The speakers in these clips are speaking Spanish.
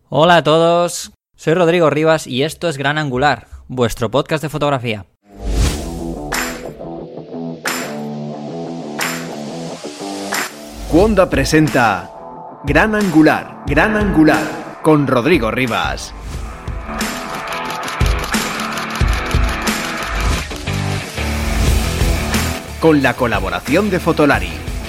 Hola a todos, soy Rodrigo Rivas y esto es Gran Angular, vuestro podcast de fotografía. Wanda presenta Gran Angular, con Rodrigo Rivas. Con la colaboración de Fotolari.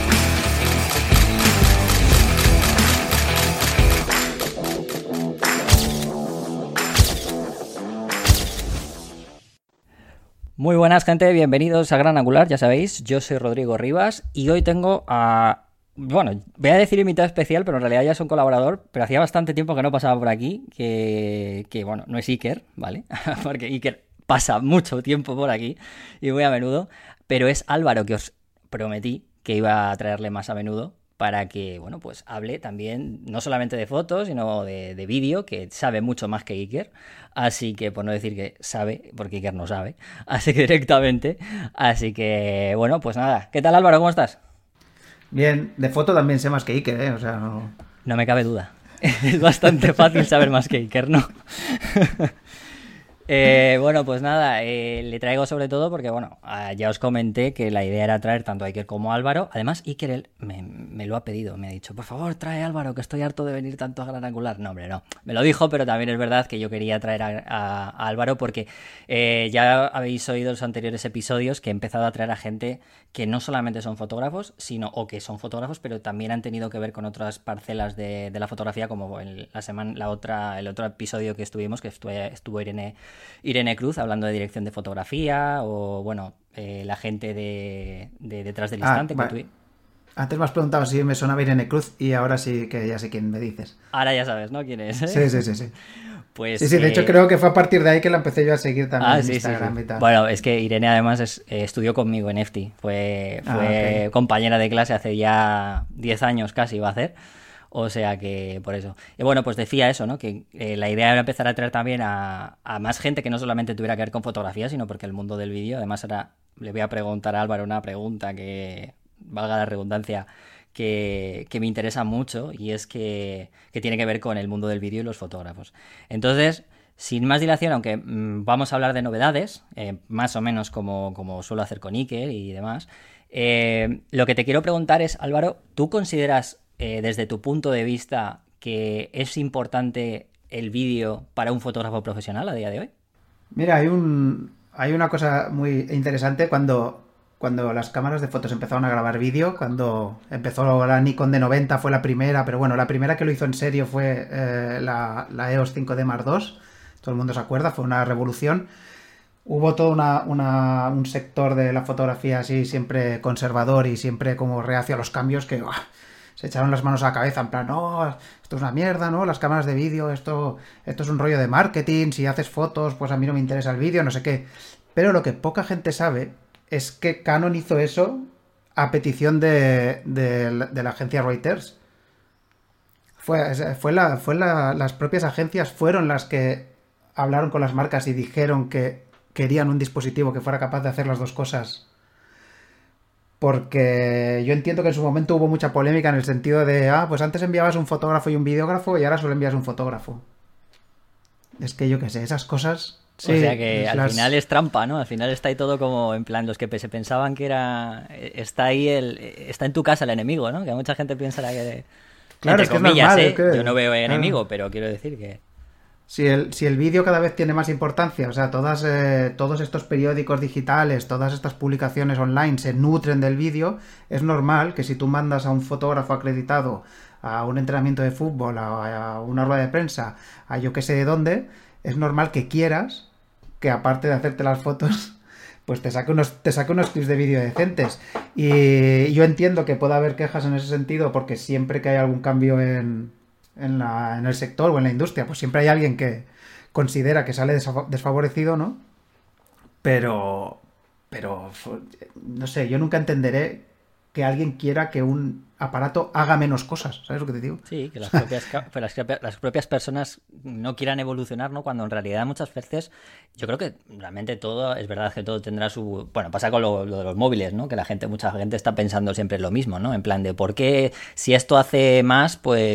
Muy buenas, gente, bienvenidos a Gran Angular, ya sabéis, yo soy Rodrigo Rivas y hoy tengo a... Bueno, voy a decir invitado especial, pero en realidad ya es un colaborador, pero hacía bastante tiempo que no pasaba por aquí, que bueno, no es Iker, ¿vale? Porque Iker pasa mucho tiempo por aquí y muy a menudo, pero es Álvaro, que os prometí que iba a traerle más a menudo para que, bueno, pues hable también, no solamente de fotos, sino de vídeo, que sabe mucho más que Iker, así que, por no decir que sabe, porque Iker no sabe, así que directamente, así que, bueno, pues nada, ¿qué tal, Álvaro? ¿Cómo estás? Bien, de foto también sé más que Iker, ¿eh? O sea, no... No me cabe duda, es bastante fácil saber más que Iker, ¿no? Bueno, pues nada, le traigo sobre todo porque, bueno, ya os comenté que la idea era traer tanto a Iker como a Álvaro. Además, Iker él me lo ha pedido, me ha dicho, por favor, trae a Álvaro, que estoy harto de venir tanto a Gran Angular. No, hombre, no, me lo dijo, pero también es verdad que yo quería traer a Álvaro porque ya habéis oído los anteriores episodios que he empezado a traer a gente que no solamente son fotógrafos, sino, o que son fotógrafos, pero también han tenido que ver con otras parcelas de la fotografía, como el otro episodio que estuvimos, que estuvo Irene Cruz hablando de dirección de fotografía, o bueno, la gente de detrás del instante. Vale. Antes me has preguntado si me sonaba Irene Cruz y ahora sí que ya sé quién me dices. Ahora ya sabes, ¿no? ¿Quién es? Sí. Pues, sí, de hecho creo que fue a partir de ahí que la empecé yo a seguir también en Instagram sí. Y tal. Bueno, es que Irene además estudió conmigo en EFTI, fue okay. Compañera de clase hace ya 10 años casi va a hacer. O sea que por eso. Y bueno, pues decía eso, ¿no? Que la idea era empezar a traer también a más gente que no solamente tuviera que ver con fotografía, sino porque el mundo del vídeo, además ahora le voy a preguntar a Álvaro una pregunta que, valga la redundancia, que me interesa mucho, y es que tiene que ver con el mundo del vídeo y los fotógrafos. Entonces, sin más dilación, aunque vamos a hablar de novedades, más o menos como suelo hacer con Iker y demás, lo que te quiero preguntar es, Álvaro, ¿tú consideras desde tu punto de vista que es importante el vídeo para un fotógrafo profesional a día de hoy? Mira, hay una cosa muy interesante cuando las cámaras de fotos empezaron a grabar vídeo, cuando empezó la Nikon D90 fue la primera, pero bueno, la primera que lo hizo en serio fue la EOS 5D Mark II, todo el mundo se acuerda, fue una revolución. Hubo todo un sector de la fotografía así siempre conservador y siempre como reacio a los cambios que se echaron las manos a la cabeza en plan, no, esto es una mierda, ¿no? Las cámaras de vídeo, esto es un rollo de marketing, si haces fotos, pues a mí no me interesa el vídeo, no sé qué. Pero lo que poca gente sabe es que Canon hizo eso a petición de la agencia Reuters. Las propias agencias fueron las que hablaron con las marcas y dijeron que querían un dispositivo que fuera capaz de hacer las dos cosas. Porque yo entiendo que en su momento hubo mucha polémica en el sentido de, pues antes enviabas un fotógrafo y un videógrafo y ahora solo envías un fotógrafo. Es que yo qué sé, esas cosas... Sí, o sea que al final es trampa, ¿no? Al final está ahí todo como en plan, los que se pensaban que era... Está en tu casa el enemigo, ¿no? Que mucha gente piensa que... Claro, es que comillas, es normal, yo no veo enemigo, pero quiero decir que... Si el vídeo cada vez tiene más importancia, o sea, todos estos periódicos digitales, todas estas publicaciones online se nutren del vídeo, es normal que si tú mandas a un fotógrafo acreditado a un entrenamiento de fútbol, a una rueda de prensa, a yo que sé de dónde, es normal que quieras que aparte de hacerte las fotos, pues te saque unos clips de vídeo decentes. Y yo entiendo que pueda haber quejas en ese sentido, porque siempre que hay algún cambio en el sector o en la industria, pues siempre hay alguien que considera que sale desfavorecido, ¿no? Pero no sé, yo nunca entenderé que alguien quiera que un aparato haga menos cosas, ¿sabes lo que te digo? Sí, que las propias personas no quieran evolucionar, ¿no? Cuando en realidad muchas veces, yo creo que realmente todo, es verdad que todo tendrá su... Bueno, pasa con lo de los móviles, ¿no? Que mucha gente está pensando siempre lo mismo, ¿no? En plan de, ¿por qué si esto hace más, pues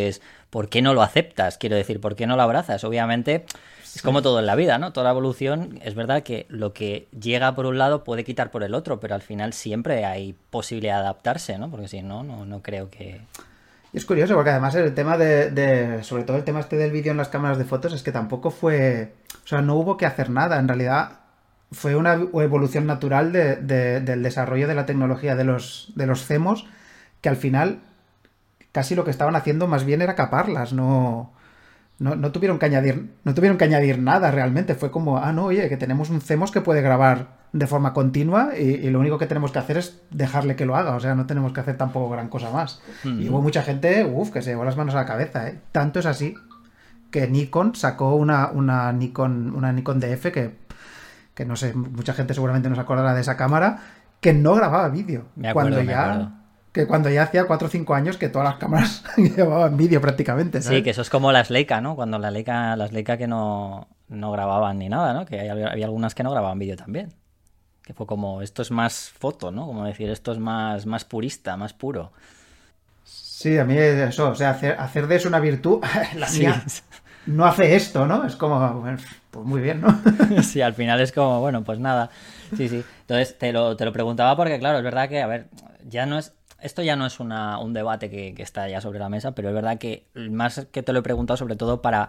¿por qué no lo aceptas? Quiero decir, ¿por qué no lo abrazas? Obviamente es como todo en la vida, ¿no? Toda la evolución, es verdad que lo que llega por un lado puede quitar por el otro, pero al final siempre hay posibilidad de adaptarse, ¿no? Porque si no, no creo que... Y es curioso porque además el tema sobre todo el tema este del vídeo en las cámaras de fotos es que tampoco fue, o sea, no hubo que hacer nada, en realidad fue una evolución natural del desarrollo de la tecnología de los CMOS, que al final casi lo que estaban haciendo más bien era caparlas, no tuvieron que añadir nada realmente, fue como, no, oye, que tenemos un CMOS que puede grabar de forma continua y lo único que tenemos que hacer es dejarle que lo haga, o sea, no tenemos que hacer tampoco gran cosa más. Y hubo mucha gente, que se llevó las manos a la cabeza, ¿eh? Tanto es así que Nikon sacó una Nikon DF que no sé, mucha gente seguramente no se acordará de esa cámara, que no grababa vídeo. Cuando ya hacía 4 o 5 años que todas las cámaras llevaban vídeo prácticamente, ¿sabes? Sí, que eso es como las Leica, ¿no? Cuando las Leica que no grababan ni nada, ¿no? Que había algunas que no grababan vídeo también. Que fue como, esto es más foto, ¿no? Como decir, esto es más purista, más puro. Sí, a mí eso, o sea, hacer de eso una virtud, la mía no hace esto, ¿no? Es como, pues muy bien, ¿no? Sí, al final es como, bueno, pues nada. Sí. Entonces, te lo preguntaba porque, claro, es verdad que, a ver, esto ya no es un debate que está ya sobre la mesa, pero es verdad que más que te lo he preguntado sobre todo para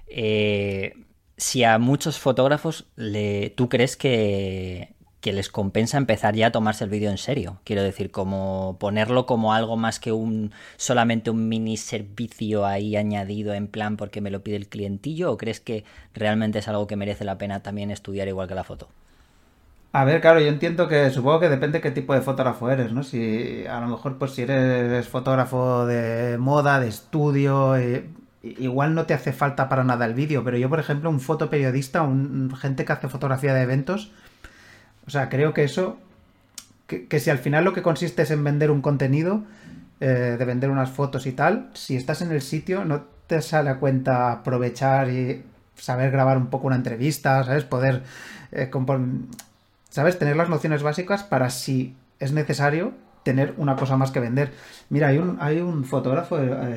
si a muchos fotógrafos tú crees que les compensa empezar ya a tomarse el vídeo en serio. Quiero decir, como ponerlo como algo más que solamente un mini servicio ahí añadido en plan porque me lo pide el clientillo, ¿o crees que realmente es algo que merece la pena también estudiar igual que la foto? A ver, claro, yo entiendo supongo que depende qué tipo de fotógrafo eres, ¿no? Si a lo mejor, pues si eres fotógrafo de moda, de estudio, igual no te hace falta para nada el vídeo, pero yo, por ejemplo, un fotoperiodista, gente que hace fotografía de eventos, o sea, creo que eso, que si al final lo que consiste es en vender un contenido, de vender unas fotos y tal, si estás en el sitio no te sale a cuenta aprovechar y saber grabar un poco una entrevista, ¿sabes? Poder, ¿sabes? Tener las nociones básicas para si es necesario tener una cosa más que vender. Mira, hay un fotógrafo,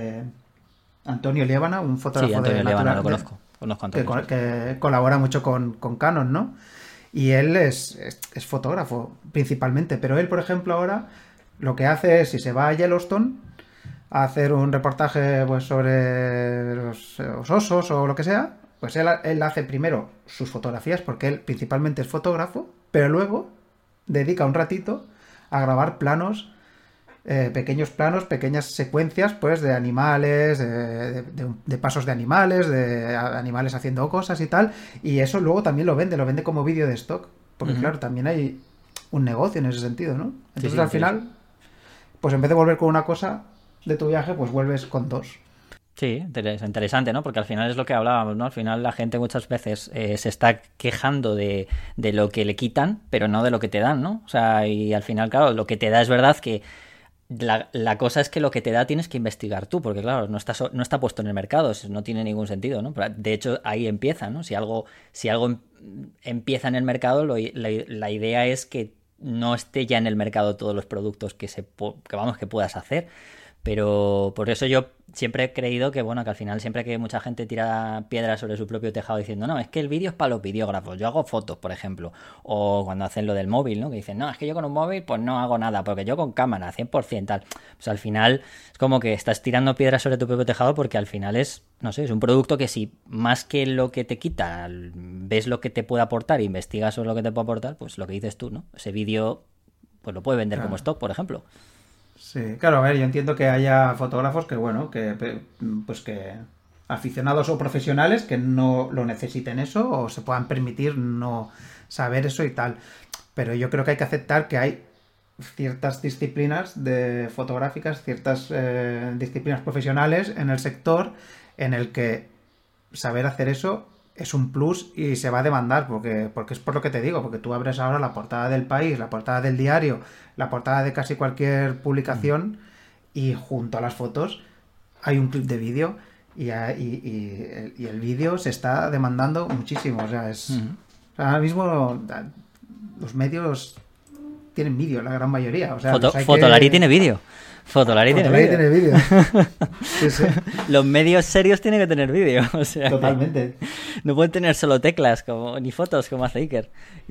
Antonio Liébana, un fotógrafo sí, Antonio de Liébana, natural, lo conozco Antonio. que colabora mucho con Canon, ¿no? Y él es fotógrafo, principalmente. Pero él, por ejemplo, ahora lo que hace es, si se va a Yellowstone a hacer un reportaje pues sobre los osos o lo que sea, pues él hace primero sus fotografías, porque él principalmente es fotógrafo, pero luego dedica un ratito a grabar planos, pequeños planos, pequeñas secuencias, pues de animales, de pasos de animales haciendo cosas y tal, y eso luego también lo vende como vídeo de stock, porque claro, también hay un negocio en ese sentido, ¿no? Entonces sí, al final, pues en vez de volver con una cosa de tu viaje, pues vuelves con dos. Sí, interesante, ¿no? Porque al final es lo que hablábamos, ¿no? Al final la gente muchas veces se está quejando de lo que le quitan, pero no de lo que te dan, ¿no? O sea, y al final, claro, lo que te da es verdad que la cosa es que lo que te da tienes que investigar tú, porque claro, no está puesto en el mercado, no tiene ningún sentido, ¿no? De hecho, ahí empieza, ¿no? Si algo empieza en el mercado, la idea es que no esté ya en el mercado todos los productos que puedas hacer. Pero por eso yo siempre he creído que, bueno, que al final siempre que mucha gente tira piedras sobre su propio tejado diciendo, no, es que el vídeo es para los videógrafos, yo hago fotos, por ejemplo, o cuando hacen lo del móvil, ¿no? Que dicen, no, es que yo con un móvil pues no hago nada, porque yo con cámara, 100%, tal. Pues al final es como que estás tirando piedras sobre tu propio tejado porque al final es, no sé, es un producto que si más que lo que te quita, ves lo que te puede aportar, investigas sobre lo que te puede aportar, pues lo que dices tú, ¿no? Ese vídeo pues lo puedes vender como stock, por ejemplo. Sí, claro, a ver, yo entiendo que haya fotógrafos que, bueno, pues que aficionados o profesionales que no lo necesiten eso o se puedan permitir no saber eso y tal. Pero yo creo que hay que aceptar que hay ciertas disciplinas fotográficas, ciertas disciplinas profesionales en el sector en el que saber hacer eso es un plus y se va a demandar, porque es por lo que te digo, porque tú abres ahora la portada del País, la portada del diario, la portada de casi cualquier publicación y junto a las fotos hay un clip de vídeo y el vídeo se está demandando muchísimo. O sea, ahora mismo los medios tienen vídeo, la gran mayoría. O sea, Fotolari tiene vídeo. Fotolari tiene Fotolari vídeo. tiene vídeo. Sí, sí. Los medios serios tienen que tener vídeo. O sea, Totalmente. no pueden tener solo teclas ni fotos como hace Iker.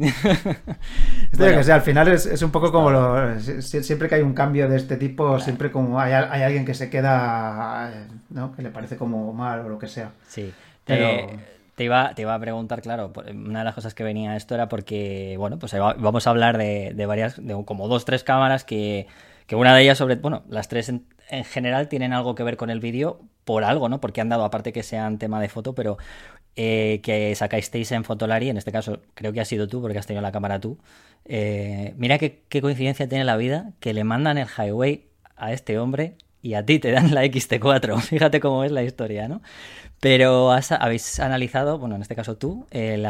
Bueno. Que sea, al final es un poco como siempre que hay un cambio de este tipo, siempre como hay alguien que se queda, ¿no? Que le parece como mal o lo que sea. Sí, pero... Te iba a preguntar, claro, una de las cosas que venía a esto era porque, bueno, pues vamos a hablar de varias, de como 2-3 cámaras que una de ellas las tres en general tienen algo que ver con el vídeo por algo, ¿no? Porque han dado, aparte que sean tema de foto, pero que sacasteis en Fotolari, en este caso creo que has sido tú porque has tenido la cámara tú. Mira qué coincidencia tiene la vida que le mandan el Highway a este hombre y a ti te dan la XT4. Fíjate cómo es la historia, ¿no? Pero habéis analizado, bueno, en este caso tú,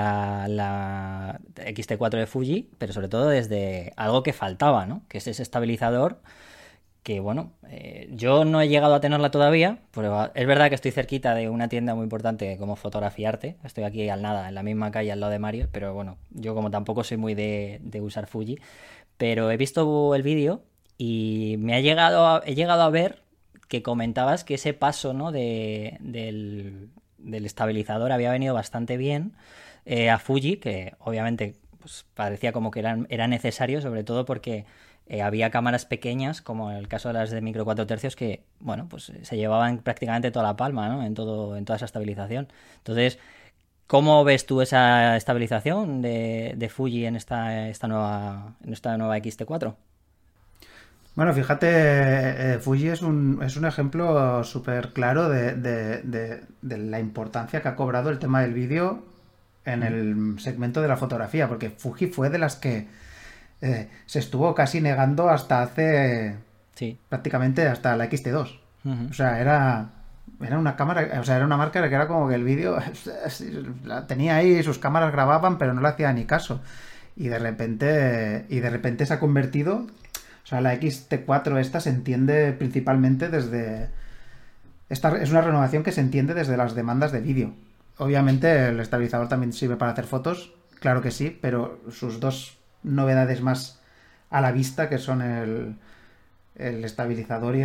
la XT4 de Fuji, pero sobre todo desde algo que faltaba, ¿no? Que es ese estabilizador que, bueno, yo no he llegado a tenerla todavía, pero es verdad que estoy cerquita de una tienda muy importante como Fotografiarte. Estoy aquí al nada, en la misma calle al lado de Mario, pero bueno, yo como tampoco soy muy de usar Fuji, pero he visto el vídeo y he llegado a ver que comentabas que ese paso, ¿no? del estabilizador había venido bastante bien a Fuji, que obviamente pues, parecía como que era necesario, sobre todo porque había cámaras pequeñas, como en el caso de las de micro 4 tercios, que bueno, pues se llevaban prácticamente toda la palma, ¿no? en toda esa estabilización. Entonces, ¿cómo ves tú esa estabilización de Fuji en esta nueva XT4? Bueno, fíjate, Fuji es un ejemplo súper claro de la importancia que ha cobrado el tema del vídeo en el segmento de la fotografía, porque Fuji fue de las que se estuvo casi negando hasta hace prácticamente hasta la XT2. O sea, era una cámara, o sea, era una marca que era como que el vídeo la tenía ahí, sus cámaras grababan, pero no le hacía ni caso. Y de repente se ha convertido... O sea, la XT4 esta se entiende principalmente desde... Esta es una renovación que se entiende desde las demandas de vídeo. Obviamente el estabilizador también sirve para hacer fotos, claro que sí, pero sus dos novedades más a la vista, que son el estabilizador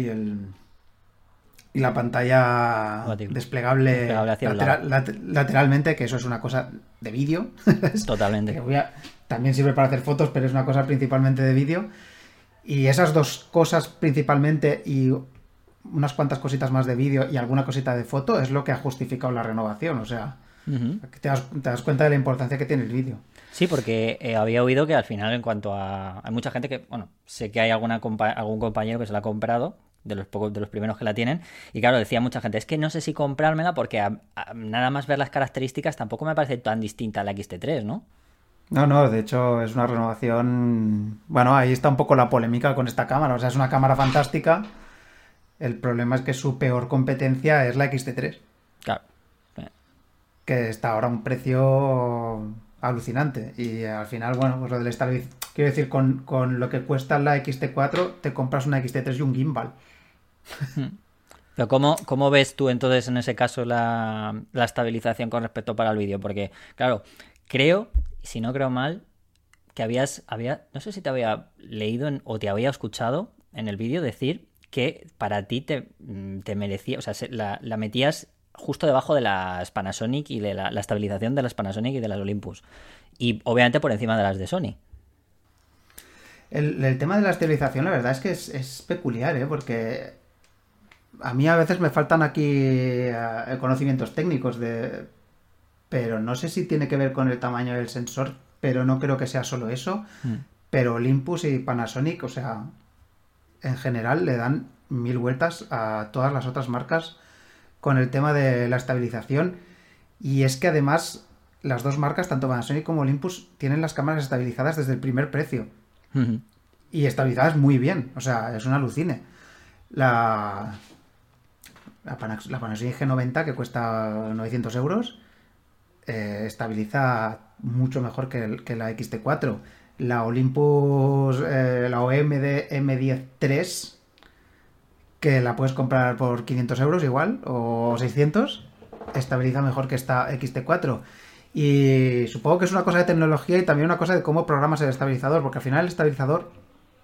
y la pantalla desplegable lateralmente, que eso es una cosa de vídeo. Totalmente. También sirve para hacer fotos, pero es una cosa principalmente de vídeo. Y esas dos cosas principalmente y unas cuantas cositas más de vídeo y alguna cosita de foto es lo que ha justificado la renovación. O sea, te das cuenta de la importancia que tiene el vídeo. Sí, porque había oído que al final, en cuanto a... Hay mucha gente que, bueno, sé que hay algún compañero que se la ha comprado, de los primeros que la tienen, y claro, decía mucha gente, es que no sé si comprármela porque nada más ver las características tampoco me parece tan distinta a la XT3, ¿no? No, de hecho es una renovación... Bueno, ahí está un poco la polémica con esta cámara. O sea, es una cámara fantástica. El problema es que su peor competencia es la XT3. Claro. Que está ahora a un precio alucinante. Y al final, bueno, pues lo del estabilizador... Quiero decir, con lo que cuesta la XT4, te compras una XT3 y un gimbal. Pero ¿cómo ves tú entonces en ese caso la estabilización con respecto para el vídeo? Porque, claro, creo... Si no creo mal, que no sé si te había leído o te había escuchado en el vídeo decir que para ti te merecía, o sea, la metías justo debajo de las Panasonic y de la estabilización de las Panasonic y de las Olympus. Y obviamente por encima de las de Sony. El tema de la estabilización, la verdad es que es peculiar, porque a mí a veces me faltan aquí conocimientos técnicos pero no sé si tiene que ver con el tamaño del sensor, pero no creo que sea solo eso. Pero Olympus y Panasonic, o sea, en general le dan 1000 vueltas a todas las otras marcas con el tema de la estabilización. Y es que además las dos marcas, tanto Panasonic como Olympus, tienen las cámaras estabilizadas desde el primer precio. Y estabilizadas muy bien, o sea, es un alucine. La Panasonic G90, que cuesta 900 euros, estabiliza mucho mejor que la XT4. La Olympus, la OMD M10 III, que la puedes comprar por 500 euros igual, o 600, estabiliza mejor que esta XT4. Y supongo que es una cosa de tecnología y también una cosa de cómo programas el estabilizador, porque al final el estabilizador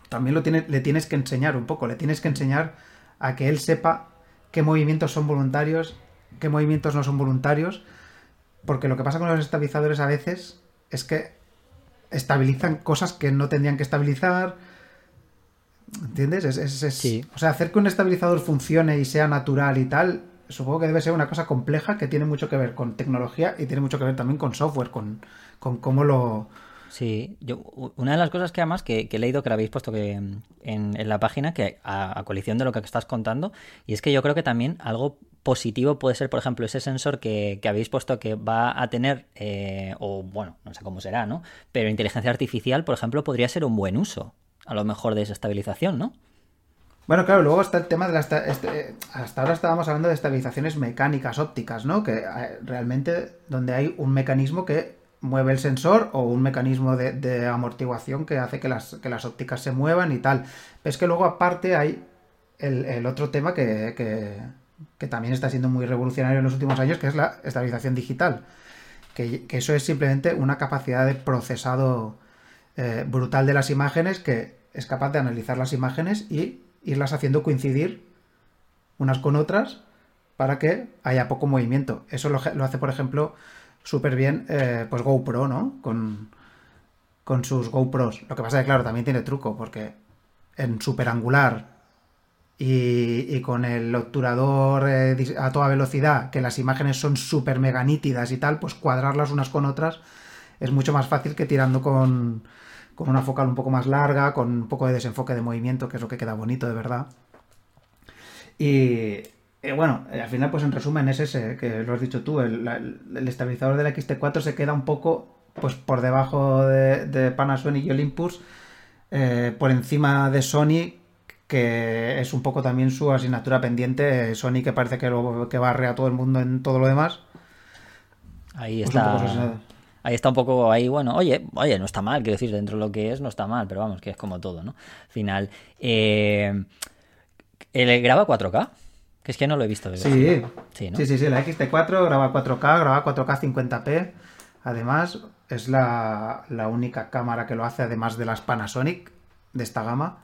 también le tienes que enseñar un poco, le tienes que enseñar a que él sepa qué movimientos son voluntarios, qué movimientos no son voluntarios, porque lo que pasa con los estabilizadores a veces es que estabilizan cosas que no tendrían que estabilizar, ¿entiendes? Sí. O sea, hacer que un estabilizador funcione y sea natural y tal, supongo que debe ser una cosa compleja que tiene mucho que ver con tecnología y tiene mucho que ver también con software, con cómo lo... Sí, una de las cosas que además que he leído que lo habéis puesto que en la página, que a colisión de lo que estás contando, y es que yo creo que también algo positivo puede ser, por ejemplo, ese sensor que habéis puesto que va a tener, o bueno, no sé cómo será, ¿no? Pero inteligencia artificial, por ejemplo, podría ser un buen uso, a lo mejor, de esa estabilización, ¿no? Bueno, claro, luego está el tema de hasta ahora estábamos hablando de estabilizaciones mecánicas ópticas, ¿no? Que realmente donde hay un mecanismo que mueve el sensor o un mecanismo de amortiguación que hace que las ópticas se muevan y tal. Pero es que luego aparte hay el otro tema que también está siendo muy revolucionario en los últimos años, que es la estabilización digital. Que eso es simplemente una capacidad de procesado brutal de las imágenes, que es capaz de analizar las imágenes y irlas haciendo coincidir unas con otras para que haya poco movimiento. Eso lo hace, por ejemplo, súper bien pues GoPro, ¿no? Con sus GoPros. Lo que pasa es que, claro, también tiene truco, porque en superangular y con el obturador a toda velocidad, que las imágenes son súper mega nítidas y tal, pues cuadrarlas unas con otras es mucho más fácil que tirando con una focal un poco más larga, con un poco de desenfoque de movimiento, que es lo que queda bonito de verdad. Y bueno, al final, pues en resumen es ese, que lo has dicho tú, el estabilizador del XT4 se queda un poco pues por debajo de Panasonic y Olympus, por encima de Sony, que es un poco también su asignatura pendiente. Sony, que parece que barre a todo el mundo en todo lo demás. Ahí Pues está. Ahí está un poco, ahí, bueno, oye, no está mal, quiero decir, dentro de lo que es, no está mal, pero vamos, que es como todo, ¿no? Al final, ¿él graba 4K? Que es que no lo he visto. Sí, sí, ¿no? Sí, la XT4 graba 4K, graba 4K 50p. Además, es la única cámara que lo hace, además de las Panasonic de esta gama.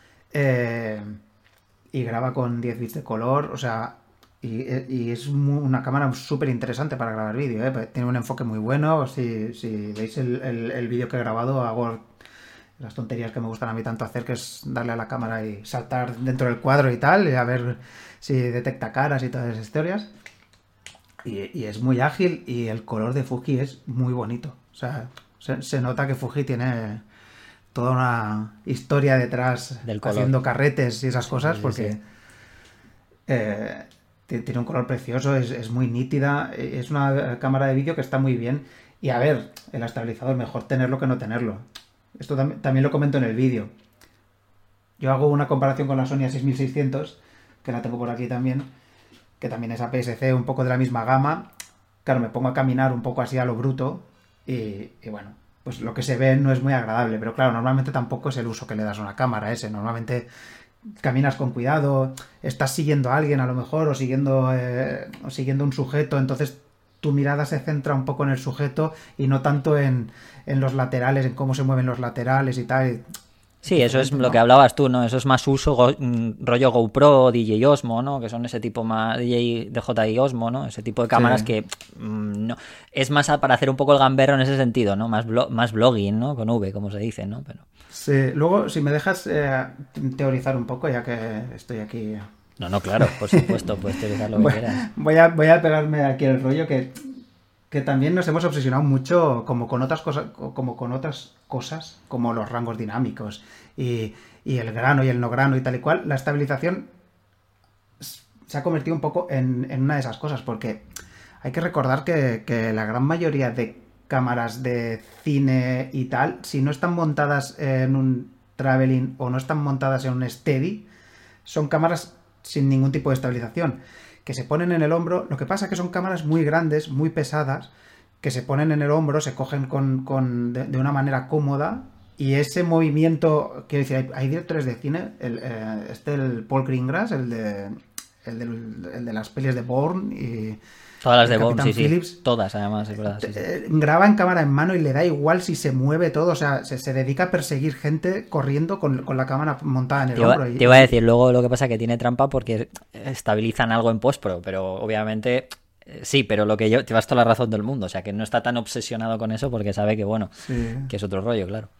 Y graba con 10 bits de color, o sea, y es una cámara súper interesante para grabar vídeo, ¿eh? Tiene un enfoque muy bueno. Si veis el vídeo que he grabado, hago las tonterías que me gustan a mí tanto hacer, que es darle a la cámara y saltar dentro del cuadro y tal, y a ver si detecta caras y todas esas historias. Y es muy ágil, y el color de Fuji es muy bonito. O sea, se nota que Fuji tiene toda una historia detrás del color, haciendo carretes y esas cosas, porque tiene un color precioso, es muy nítida, es una cámara de vídeo que está muy bien. Y a ver, el estabilizador, mejor tenerlo que no tenerlo. Esto también lo comento en el vídeo. Yo hago una comparación con la Sony A6600, que la tengo por aquí también, que también es APS-C, un poco de la misma gama. Claro, me pongo a caminar un poco así a lo bruto y bueno, pues lo que se ve no es muy agradable, pero claro, normalmente tampoco es el uso que le das a una cámara ese. Normalmente caminas con cuidado, estás siguiendo a alguien a lo mejor, o siguiendo un sujeto, entonces tu mirada se centra un poco en el sujeto y no tanto en los laterales, en cómo se mueven los laterales y tal. Sí, eso es lo que hablabas tú, ¿no? Eso es más uso rollo GoPro, DJ Osmo, ¿no? Que son ese tipo más DJ DJI Osmo, ¿no? Ese tipo de cámaras que no es más para hacer un poco el gamberro en ese sentido, ¿no? Más blogging, ¿no? Con V, como se dice, ¿no? Pero sí, luego si me dejas teorizar un poco, ya que estoy aquí. No, claro, por supuesto, puedes teorizar lo que quieras. Voy a pegarme aquí el rollo que también nos hemos obsesionado mucho como con otras cosas, como los rangos dinámicos y el grano y el no grano y tal y cual. La estabilización se ha convertido un poco en una de esas cosas, porque hay que recordar que la gran mayoría de cámaras de cine y tal, si no están montadas en un traveling o no están montadas en un steady, son cámaras sin ningún tipo de estabilización, que se ponen en el hombro. Lo que pasa es que son cámaras muy grandes, muy pesadas, que se ponen en el hombro, se cogen de una manera cómoda, y ese movimiento, quiero decir, hay directores de cine, el Paul Greengrass, el de las pelis de Bourne Todas las el de Bond, Capitán sí, Phillips, sí. Todas, además, es verdad. Sí, sí. graba en cámara en mano y le da igual si se mueve todo. O sea, se dedica a perseguir gente corriendo con la cámara montada en el hombro. Te iba a decir, luego lo que pasa es que tiene trampa porque estabilizan algo en postpro, pero obviamente sí, pero lo que yo, te vas toda la razón del mundo, o sea que no está tan obsesionado con eso porque sabe que, bueno, Sí. que es otro rollo, claro.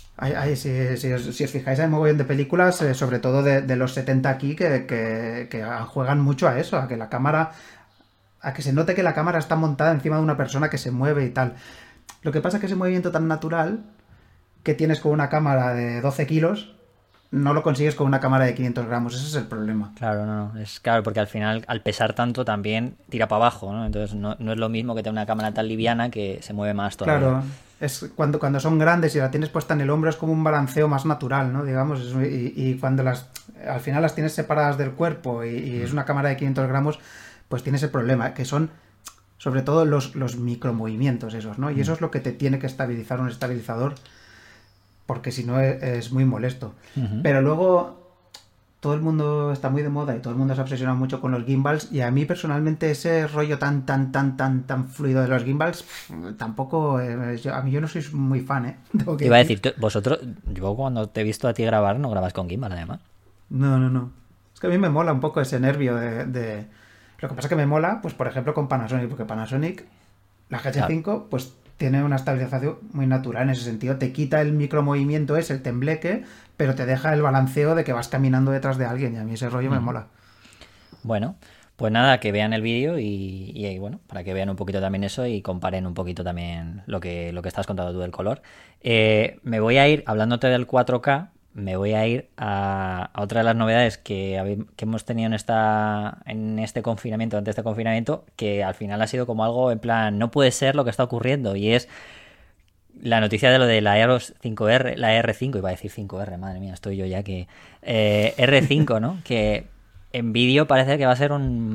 Si os fijáis, hay un mogollón de películas, sobre todo de los 70 aquí, que juegan mucho a eso, a que la cámara, a que se note que la cámara está montada encima de una persona que se mueve y tal. Lo que pasa es que ese movimiento tan natural que tienes con una cámara de 12 kilos, no lo consigues con una cámara de 500 gramos, ese es el problema. Claro, no, es claro, porque al final, al pesar tanto, también tira para abajo, ¿no? Entonces no es lo mismo que tener una cámara tan liviana que se mueve más todavía. Claro, es cuando son grandes y la tienes puesta en el hombro es como un balanceo más natural, ¿no? Digamos, y cuando al final las tienes separadas del cuerpo y es una cámara de 500 gramos, pues tienes el problema, que son sobre todo los micromovimientos esos, ¿no? Y eso es lo que te tiene que estabilizar un estabilizador, porque si no es muy molesto. Pero luego todo el mundo está muy de moda y todo el mundo se ha obsesionado mucho con los gimbals, y a mí personalmente ese rollo tan fluido de los gimbals tampoco, a mí yo no soy muy fan, Te iba a decir, vosotros, yo cuando te he visto a ti grabar no grabas con gimbal además. No. Es que a mí me mola un poco ese nervio de... Lo que pasa es que me mola, pues por ejemplo con Panasonic, porque Panasonic, la GH5, claro, pues tiene una estabilización muy natural en ese sentido. Te quita el micromovimiento ese, el tembleque, pero te deja el balanceo de que vas caminando detrás de alguien, y a mí ese rollo me mola. Bueno, pues nada, que vean el vídeo y bueno, para que vean un poquito también eso y comparen un poquito también lo que estás contando tú del color. Me voy a ir, hablándote del 4K, me voy a ir a otra de las novedades que hemos tenido en este confinamiento, ante este confinamiento, que al final ha sido como algo en plan, no puede ser lo que está ocurriendo, y es la noticia de lo de la EOS 5R, la R5, iba a decir 5R, madre mía, estoy yo ya que... R5, ¿no? Que en vídeo parece que va a ser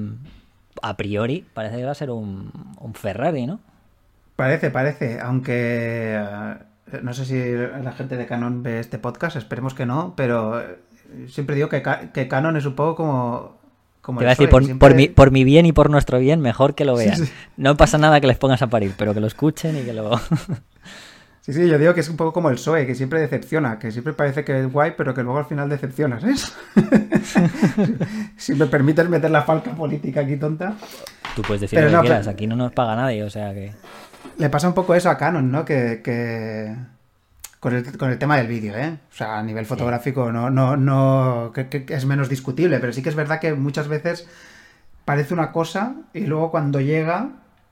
a priori, parece que va a ser un Ferrari, ¿no? Parece, aunque... no sé si la gente de Canon ve este podcast, esperemos que no, pero siempre digo que Canon es un poco como te voy a decir, por mi bien y por nuestro bien, mejor que lo vean. Sí. No pasa nada que les pongas a parir, pero que lo escuchen y que lo... Sí, yo digo que es un poco como el PSOE, que siempre decepciona, que siempre parece que es guay, pero que luego al final decepciona, ¿sabes? Si me permites meter la falca política aquí tonta. Tú puedes decir lo que quieras, aquí no nos paga nadie, o sea que... Le pasa un poco eso a Canon, ¿no? Que con el tema del vídeo, ¿eh? O sea, a nivel fotográfico que es menos discutible, pero sí que es verdad que muchas veces parece una cosa y luego cuando llega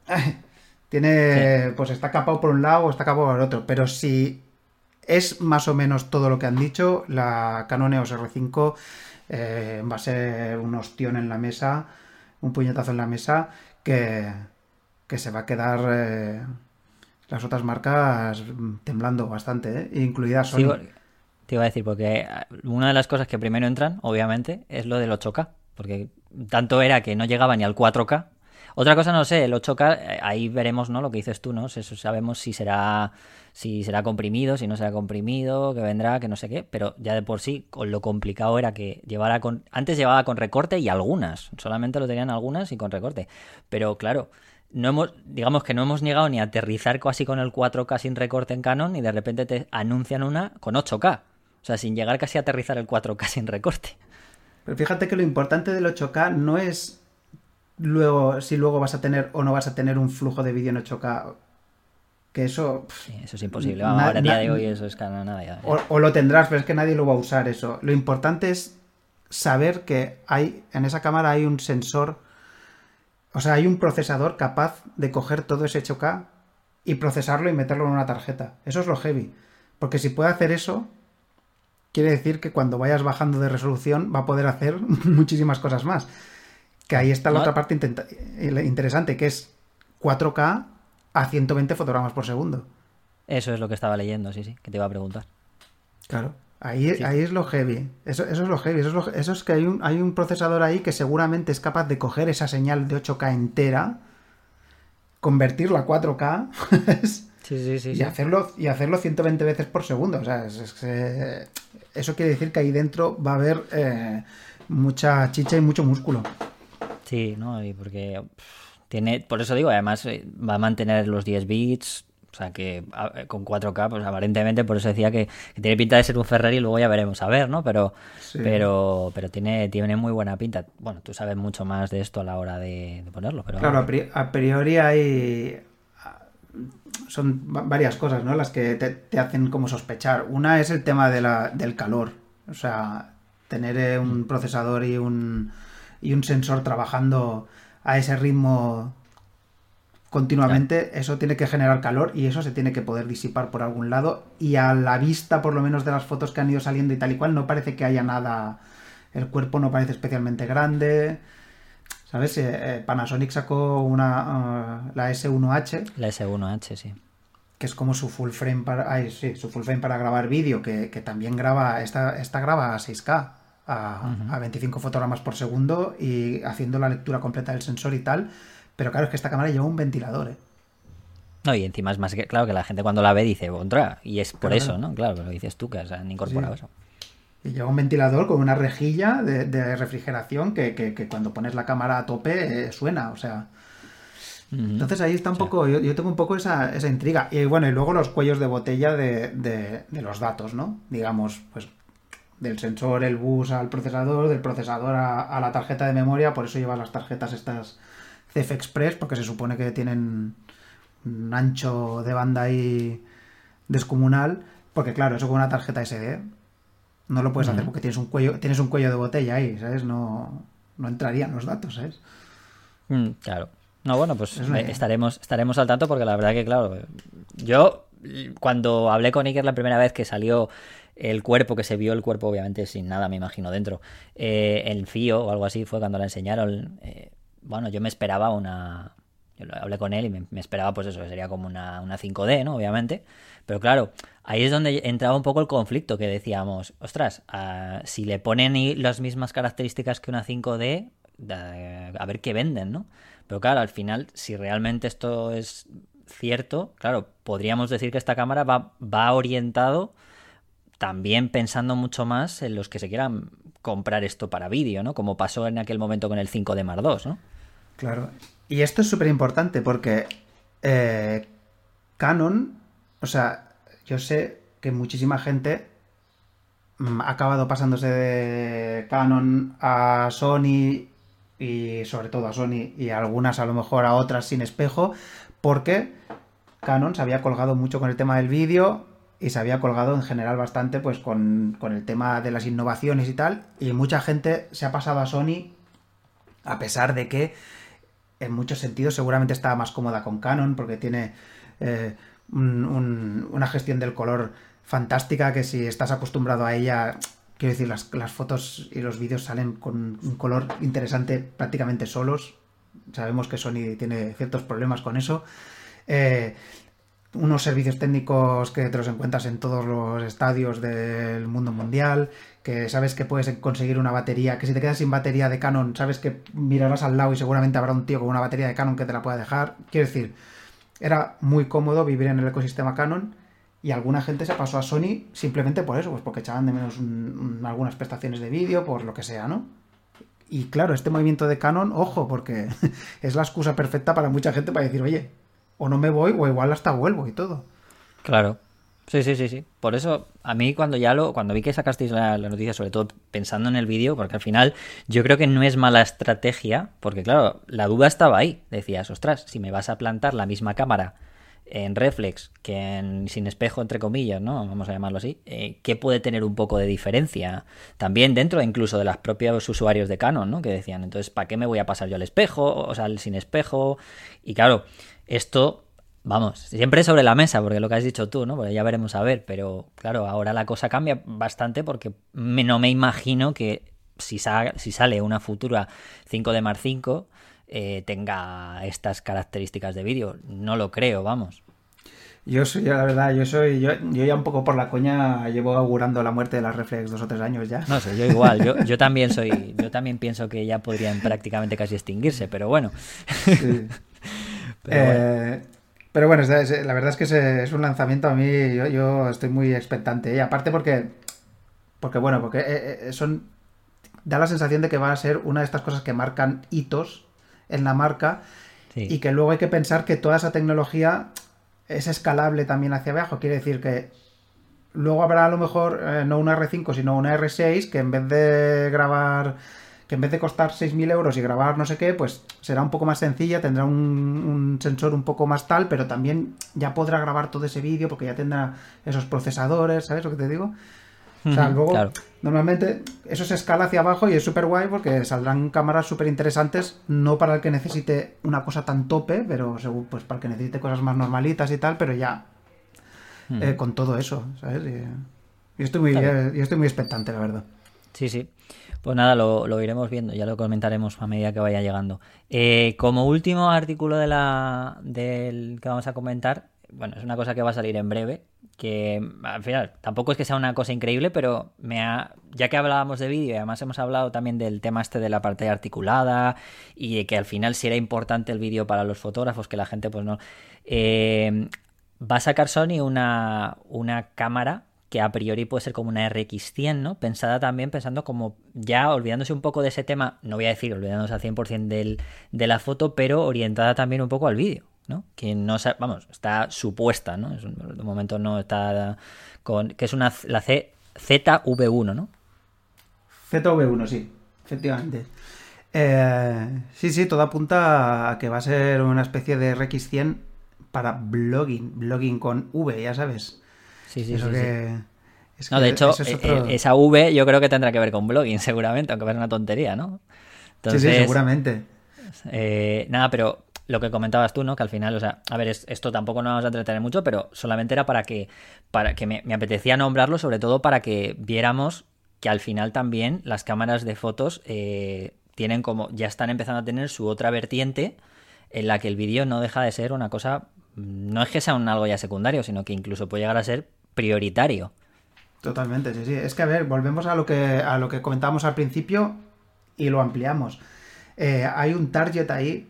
pues está capado por un lado o está capado por el otro, pero si es más o menos todo lo que han dicho, la Canon EOS R5 va a ser un ostión en la mesa, un puñetazo en la mesa que se va a quedar las otras marcas temblando bastante, incluida Sony. Sí, te iba a decir, porque una de las cosas que primero entran, obviamente, es lo del 8K, porque tanto era que no llegaba ni al 4K. Otra cosa no sé, el 8K, ahí veremos, ¿no? Lo que dices tú, ¿no? Eso sabemos si será comprimido, si no será comprimido, que vendrá, que no sé qué, pero ya de por sí, con lo complicado era que antes llevaba con recorte y algunas, solamente lo tenían algunas y con recorte, pero claro... digamos que no hemos llegado ni a aterrizar casi con el 4K sin recorte en Canon y de repente te anuncian una con 8K. O sea, sin llegar casi a aterrizar el 4K sin recorte. Pero fíjate que lo importante del 8K no es si luego vas a tener o no vas a tener un flujo de vídeo en 8K. Que eso... Sí, eso es imposible. Ahora, a día de hoy, eso es nada ya. O lo tendrás, pero es que nadie lo va a usar eso. Lo importante es saber que en esa cámara hay un sensor... O sea, hay un procesador capaz de coger todo ese 8K y procesarlo y meterlo en una tarjeta. Eso es lo heavy. Porque si puede hacer eso, quiere decir que cuando vayas bajando de resolución va a poder hacer muchísimas cosas más. Que ahí está la otra parte interesante, que es 4K a 120 fotogramas por segundo. Eso es lo que estaba leyendo, sí, que te iba a preguntar. Claro. Ahí es lo heavy. Eso es lo heavy. Eso es que hay un procesador ahí que seguramente es capaz de coger esa señal de 8K entera, convertirla a 4K y hacerlo 120 veces por segundo. O sea, eso quiere decir que ahí dentro va a haber mucha chicha y mucho músculo. Sí, ¿no? Y porque Por eso digo, además va a mantener los 10 bits, o sea que con 4K, pues aparentemente por eso decía que tiene pinta de ser un Ferrari y luego ya veremos a ver, ¿no? Pero tiene muy buena pinta. Bueno, tú sabes mucho más de esto a la hora de ponerlo, pero... Claro, a priori son varias cosas, ¿no? Las que te hacen como sospechar. Una es el tema del calor. O sea, tener un procesador y un sensor trabajando a ese ritmo continuamente, claro. Eso tiene que generar calor y eso se tiene que poder disipar por algún lado, y a la vista, por lo menos de las fotos que han ido saliendo y tal y cual, no parece que haya nada, el cuerpo no parece especialmente grande, ¿sabes? Panasonic sacó la S1H. La S1H, sí. Que es como su full frame para grabar vídeo, que también graba, esta graba a 6K, a 25 fotogramas por segundo y haciendo la lectura completa del sensor y tal. Pero claro, es que esta cámara lleva un ventilador, ¿eh? No, y encima es más que claro que la gente cuando la ve dice, contra, y es por claro. Eso, ¿no? Claro, lo dices tú, que han incorporado eso. Y lleva un ventilador con una rejilla de refrigeración que cuando pones la cámara a tope suena, o sea... Entonces ahí está un poco, yo tengo un poco esa intriga. Y bueno, y luego los cuellos de botella de los datos, ¿no? Digamos, pues del sensor, el bus al procesador, del procesador a la tarjeta de memoria, por eso lleva las tarjetas estas CF Express, porque se supone que tienen un ancho de banda ahí descomunal, porque claro, eso con una tarjeta SD no lo puedes hacer porque tienes un cuello de botella ahí, ¿sabes? No entrarían los datos, ¿sabes? Claro. No, bueno, pues estaremos al tanto, porque la verdad que, claro, yo cuando hablé con Iker la primera vez que salió el cuerpo, que se vio el cuerpo obviamente sin nada, me imagino, dentro, el FIO o algo así fue cuando la enseñaron, bueno, yo me esperaba yo hablé con él y me esperaba pues eso, que sería como una 5D, ¿no? Obviamente, pero claro, ahí es donde entraba un poco el conflicto, que decíamos, ostras, si le ponen las mismas características que una 5D, a ver qué venden, ¿no? Pero claro, al final, si realmente esto es cierto, claro, podríamos decir que esta cámara va orientado también pensando mucho más en los que se quieran comprar esto para vídeo, ¿no? Como pasó en aquel momento con el 5D Mark II, ¿no? Claro. Y esto es súper importante porque Canon, o sea, yo sé que muchísima gente ha acabado pasándose de Canon a Sony, y sobre todo a Sony, y algunas a lo mejor a otras sin espejo, porque Canon se había colgado mucho con el tema del vídeo y se había colgado en general bastante pues con el tema de las innovaciones y tal, y mucha gente se ha pasado a Sony, a pesar de que en muchos sentidos seguramente estaba más cómoda con Canon, porque tiene una gestión del color fantástica, que si estás acostumbrado a ella... Quiero decir, las fotos y los vídeos salen con un color interesante prácticamente solos. Sabemos que Sony tiene ciertos problemas con eso. Unos servicios técnicos que te los encuentras en todos los estadios del mundo mundial, que sabes que puedes conseguir una batería, que si te quedas sin batería de Canon, sabes que mirarás al lado y seguramente habrá un tío con una batería de Canon que te la pueda dejar. Quiero decir, era muy cómodo vivir en el ecosistema Canon. Y alguna gente se pasó a Sony simplemente por eso, pues porque echaban de menos algunas prestaciones de vídeo, por lo que sea, ¿no? Y claro, este movimiento de Canon, ojo, porque es la excusa perfecta para mucha gente para decir, oye, o no me voy o igual hasta vuelvo y todo. Claro. Sí. Por eso, a mí cuando vi que sacasteis la noticia, sobre todo pensando en el vídeo, porque al final yo creo que no es mala estrategia, porque claro, la duda estaba ahí. Decías, ostras, si me vas a plantar la misma cámara en reflex que sin espejo, entre comillas, ¿no? Vamos a llamarlo así, ¿qué puede tener un poco de diferencia? También dentro incluso de los propios usuarios de Canon, ¿no? Que decían, entonces, ¿para qué me voy a pasar yo al espejo? O sea, el sin espejo. Y claro, esto, vamos, siempre sobre la mesa, porque lo que has dicho tú, ¿no? Porque ya veremos a ver, pero claro, ahora la cosa cambia bastante, porque no me imagino que si sale una futura 5D Mark V tenga estas características de vídeo. No lo creo, vamos. Yo ya un poco por la coña llevo augurando la muerte de las reflex 2 o 3 años ya. No sé, yo igual, yo también pienso que ya podrían prácticamente casi extinguirse, pero bueno. Sí. Pero bueno, la verdad es que es un lanzamiento, a mí yo estoy muy expectante, y aparte porque da la sensación de que va a ser una de estas cosas que marcan hitos en la marca, Sí. Y que luego hay que pensar que toda esa tecnología es escalable también hacia abajo. Quiere decir que luego habrá a lo mejor no una R5 sino una R6 que en vez de grabar, que en vez de costar 6.000 euros y grabar no sé qué, pues será un poco más sencilla, tendrá un sensor un poco más tal, pero también ya podrá grabar todo ese vídeo porque ya tendrá esos procesadores, ¿sabes lo que te digo? O sea, luego, claro. Normalmente eso se escala hacia abajo y es súper guay porque saldrán cámaras súper interesantes, no para el que necesite una cosa tan tope, pero según, pues para el que necesite cosas más normalitas y tal, pero ya con todo eso, ¿sabes? Y estoy muy expectante, la verdad. Sí, sí. Pues nada, lo iremos viendo, ya lo comentaremos a medida que vaya llegando. Como último artículo del que vamos a comentar, bueno, es una cosa que va a salir en breve, que al final tampoco es que sea una cosa increíble, pero ya que hablábamos de vídeo y además hemos hablado también del tema este de la pantalla articulada y de que al final sí era importante el vídeo para los fotógrafos, que la gente pues no... va a sacar Sony una cámara que a priori puede ser como una RX100, ¿no? Pensando como ya olvidándose un poco de ese tema, no voy a decir olvidándose al 100% de la foto, pero orientada también un poco al vídeo, ¿no? Que no, vamos, está supuesta, ¿no? De momento no está que es la ZV1, ¿no? ZV1, sí, efectivamente. Sí, todo apunta a que va a ser una especie de RX100 para blogging con V, ya sabes. Sí, eso sí, que... No, de hecho, esa V yo creo que tendrá que ver con blogging, seguramente, aunque es una tontería, ¿no? Entonces, sí, seguramente. Nada, pero lo que comentabas tú, ¿no? Que al final, o sea, a ver, esto tampoco nos vamos a entretener mucho, pero solamente era para que me apetecía nombrarlo, sobre todo para que viéramos que al final también las cámaras de fotos tienen ya están empezando a tener su otra vertiente en la que el vídeo no deja de ser una cosa, no es que sea algo ya secundario, sino que incluso puede llegar a ser prioritario. Totalmente, sí. Es que, a ver, volvemos a lo que comentábamos al principio y lo ampliamos. Hay un target ahí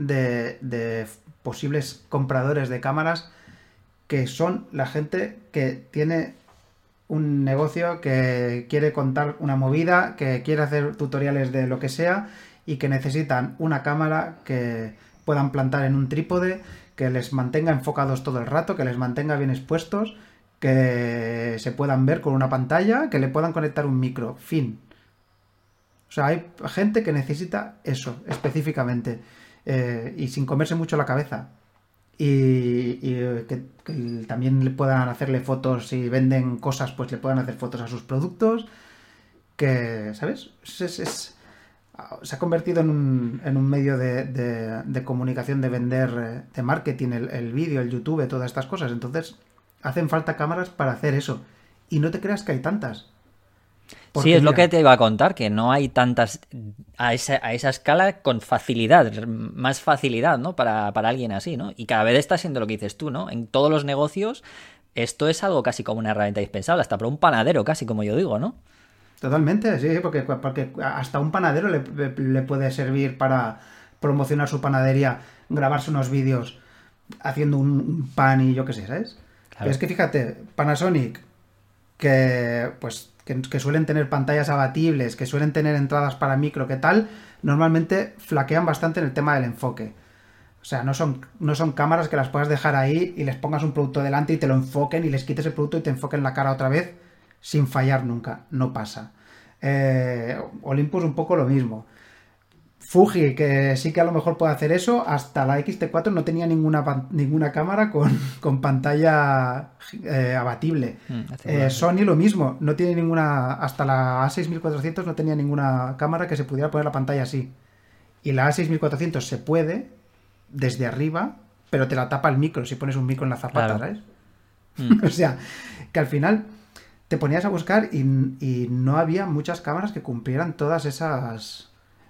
de posibles compradores de cámaras que son la gente que tiene un negocio, que quiere contar una movida, que quiere hacer tutoriales de lo que sea y que necesitan una cámara que puedan plantar en un trípode, que les mantenga enfocados todo el rato, que les mantenga bien expuestos, que se puedan ver con una pantalla, que le puedan conectar un micro, fin. O sea, hay gente que necesita eso específicamente y sin comerse mucho la cabeza. Y que también le puedan hacerle fotos, si venden cosas, pues le puedan hacer fotos a sus productos. Que, ¿sabes? Se ha convertido en un medio de comunicación, de vender, de marketing, el vídeo, el YouTube, todas estas cosas. Entonces, hacen falta cámaras para hacer eso. Y no te creas que hay tantas. Porque, sí, es lo que te iba a contar, que no hay tantas a esa escala con facilidad, más facilidad, ¿no? Para alguien así, ¿no? Y cada vez está siendo lo que dices tú, ¿no? En todos los negocios esto es algo casi como una herramienta indispensable, hasta para un panadero, casi como yo digo, ¿no? Totalmente, sí, porque hasta un panadero le puede servir para promocionar su panadería, grabarse unos vídeos haciendo un pan y yo qué sé, ¿sabes? Claro. Pero es que fíjate, Panasonic, que suelen tener pantallas abatibles, que suelen tener entradas para micro, ¿qué tal? Normalmente flaquean bastante en el tema del enfoque. O sea, no son cámaras que las puedas dejar ahí y les pongas un producto delante y te lo enfoquen y les quites el producto y te enfoquen la cara otra vez sin fallar nunca. No pasa. Olympus un poco lo mismo. Fuji, que sí que a lo mejor puede hacer eso, hasta la X-T4 no tenía ninguna cámara con pantalla abatible. Sony lo mismo, no tiene ninguna, hasta la A6400 no tenía ninguna cámara que se pudiera poner la pantalla así. Y la A6400 se puede desde arriba, pero te la tapa el micro si pones un micro en la zapata, claro. ¿Sabes? O sea, que al final te ponías a buscar y no había muchas cámaras que cumplieran todas esas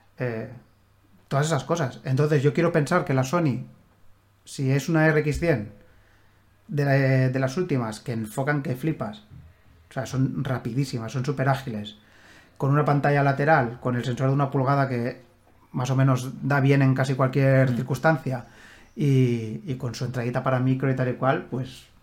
cosas. Entonces yo quiero pensar que la Sony, si es una RX100 de las últimas, que enfocan que flipas, o sea, son rapidísimas, son súper ágiles, con una pantalla lateral, con el sensor de 1 pulgada que más o menos da bien en casi cualquier circunstancia, y con su entradita para micro y tal y cual, pues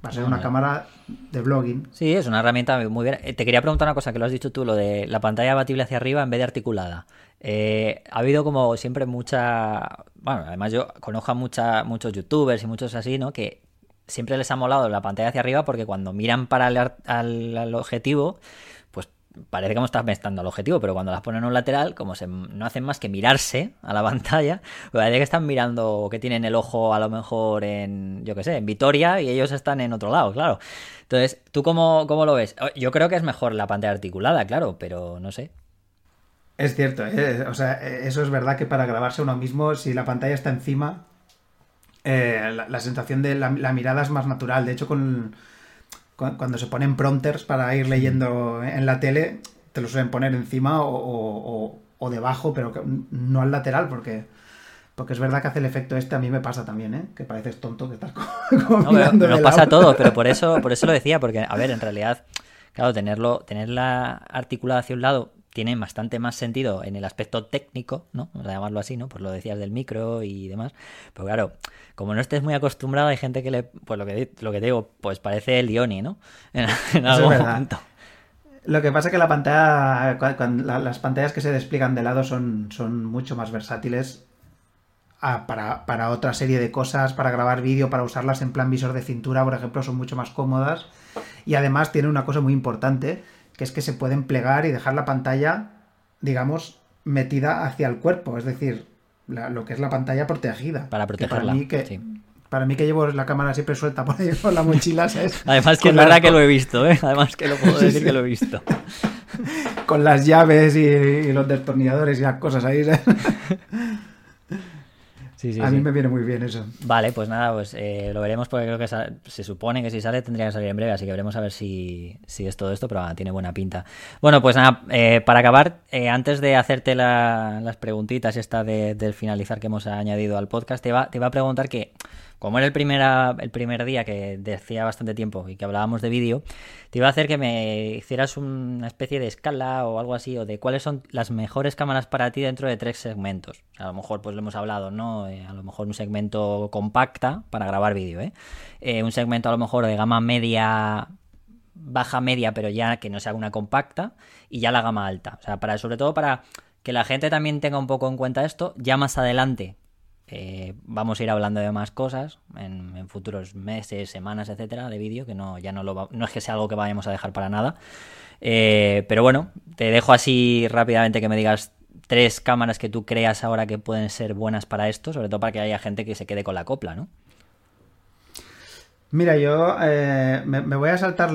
Va a ser una cámara de blogging. Sí, es una herramienta muy bien. Te quería preguntar una cosa, que lo has dicho tú, lo de la pantalla abatible hacia arriba en vez de articulada. Ha habido como siempre mucha... Bueno, además yo conozco a muchos youtubers y muchos así, ¿no? Que siempre les ha molado la pantalla hacia arriba porque cuando miran para al objetivo, pues parece que estás estando al objetivo, pero cuando las ponen en un lateral, como no hacen más que mirarse a la pantalla, pues parece que están mirando, que tienen el ojo a lo mejor en, yo qué sé, en Vitoria y ellos están en otro lado, claro. Entonces, ¿tú cómo lo ves? Yo creo que es mejor la pantalla articulada, claro, pero no sé. Es cierto, o sea, eso es verdad que para grabarse uno mismo, si la pantalla está encima, la sensación de la mirada es más natural. De hecho, cuando se ponen prompters para ir leyendo en la tele, te lo suelen poner encima o debajo, pero no al lateral, porque es verdad que hace el efecto este. A mí me pasa también, ¿eh? Que pareces tonto, que estás como no, mirando nos pasa todo, pero por eso lo decía, porque, a ver, en realidad, claro, tenerla articulada hacia un lado tiene bastante más sentido en el aspecto técnico, ¿no? Vamos a llamarlo así, ¿no? Pues lo decías del micro y demás. Pero claro, como no estés muy acostumbrado, hay gente que pues lo que te digo, pues parece el Ioni, ¿no? En algún momento. Lo que pasa es que la pantalla, las pantallas que se despliegan de lado son mucho más versátiles para otra serie de cosas, para grabar vídeo, para usarlas en plan visor de cintura, por ejemplo, son mucho más cómodas. Y además tiene una cosa muy importante, que es que se pueden plegar y dejar la pantalla, digamos, metida hacia el cuerpo, es decir, lo que es la pantalla protegida. Para protegerla, Para mí que llevo la cámara siempre suelta por ahí con la mochila, ¿sabes? Además que es verdad que lo he visto, ¿eh? Además que lo puedo decir que lo he visto. Con las llaves y los destornilladores y las cosas ahí, ¿sabes? Sí, a mí me viene muy bien eso. Vale, pues nada, pues lo veremos porque creo que se supone que si sale tendría que salir en breve, así que veremos a ver si es todo esto, pero tiene buena pinta. Bueno, pues nada, para acabar, antes de hacerte las preguntitas del finalizar que hemos añadido al podcast, te iba a preguntar que, como era el primer día que decía bastante tiempo y que hablábamos de vídeo, te iba a hacer que me hicieras una especie de escala o algo así, o de cuáles son las mejores cámaras para ti dentro de 3 segmentos. A lo mejor pues lo hemos hablado, ¿no? A lo mejor un segmento compacta para grabar vídeo, un segmento a lo mejor de gama media, baja media, pero ya que no sea una compacta, y ya la gama alta. O sea, sobre todo para que la gente también tenga un poco en cuenta esto. Ya más adelante vamos a ir hablando de más cosas en futuros meses, semanas, etcétera, de vídeo, que no es que sea algo que vayamos a dejar para nada, pero bueno, te dejo así rápidamente que me digas 3 cámaras que tú creas ahora que pueden ser buenas para esto, sobre todo para que haya gente que se quede con la copla, ¿no? Mira, yo me voy a saltar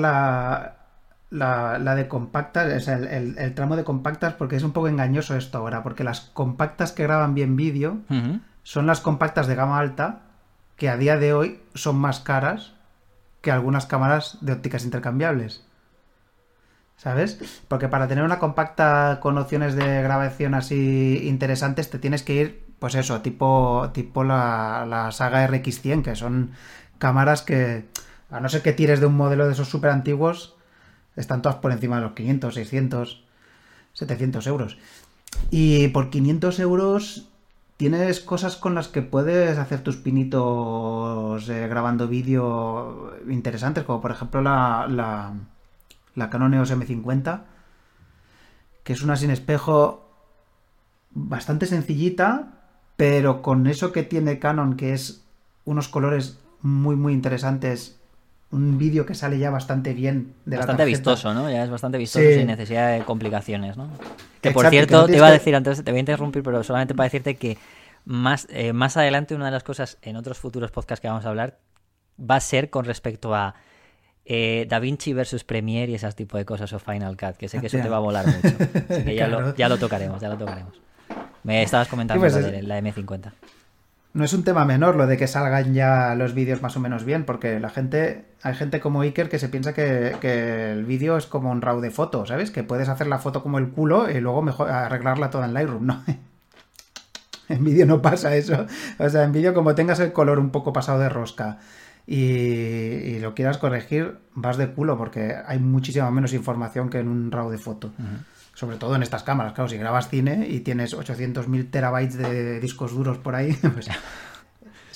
la de compactas, o sea, el tramo de compactas, porque es un poco engañoso esto ahora, porque las compactas que graban bien vídeo son las compactas de gama alta, que a día de hoy son más caras que algunas cámaras de ópticas intercambiables. ¿Sabes? Porque para tener una compacta con opciones de grabación así interesantes te tienes que ir, pues eso, tipo la saga RX100, que son cámaras que, a no ser que tires de un modelo de esos súper antiguos, están todas por encima de los 500, 600, 700 euros. Y por 500 euros tienes cosas con las que puedes hacer tus pinitos grabando vídeo interesantes, como por ejemplo la Canon EOS M50, que es una sin espejo bastante sencillita, pero con eso que tiene Canon, que es unos colores muy muy interesantes, un vídeo que sale ya bastante bien de bastante la tarjeta. Vistoso, ¿no? Ya es bastante vistoso, sí, sin necesidad de complicaciones, ¿no? Que exacto, por cierto, que te iba a decir antes, te voy a interrumpir, pero solamente para decirte que más adelante una de las cosas en otros futuros podcasts que vamos a hablar va a ser con respecto a DaVinci versus Premiere y ese tipo de cosas, o Final Cut, que sé que eso te va a molar mucho. Así que claro. ya lo tocaremos. Me estabas comentando sí, pues la M50. No es un tema menor lo de que salgan ya los vídeos más o menos bien, porque hay gente como Iker que se piensa que el vídeo es como un RAW de foto, ¿sabes? Que puedes hacer la foto como el culo y luego mejor arreglarla toda en Lightroom, ¿no? En vídeo no pasa eso. O sea, en vídeo, como tengas el color un poco pasado de rosca y lo quieras corregir, vas de culo, porque hay muchísima menos información que en un RAW de foto. Uh-huh. Sobre todo en estas cámaras, claro, si grabas cine y tienes 800.000 terabytes de discos duros por ahí, pues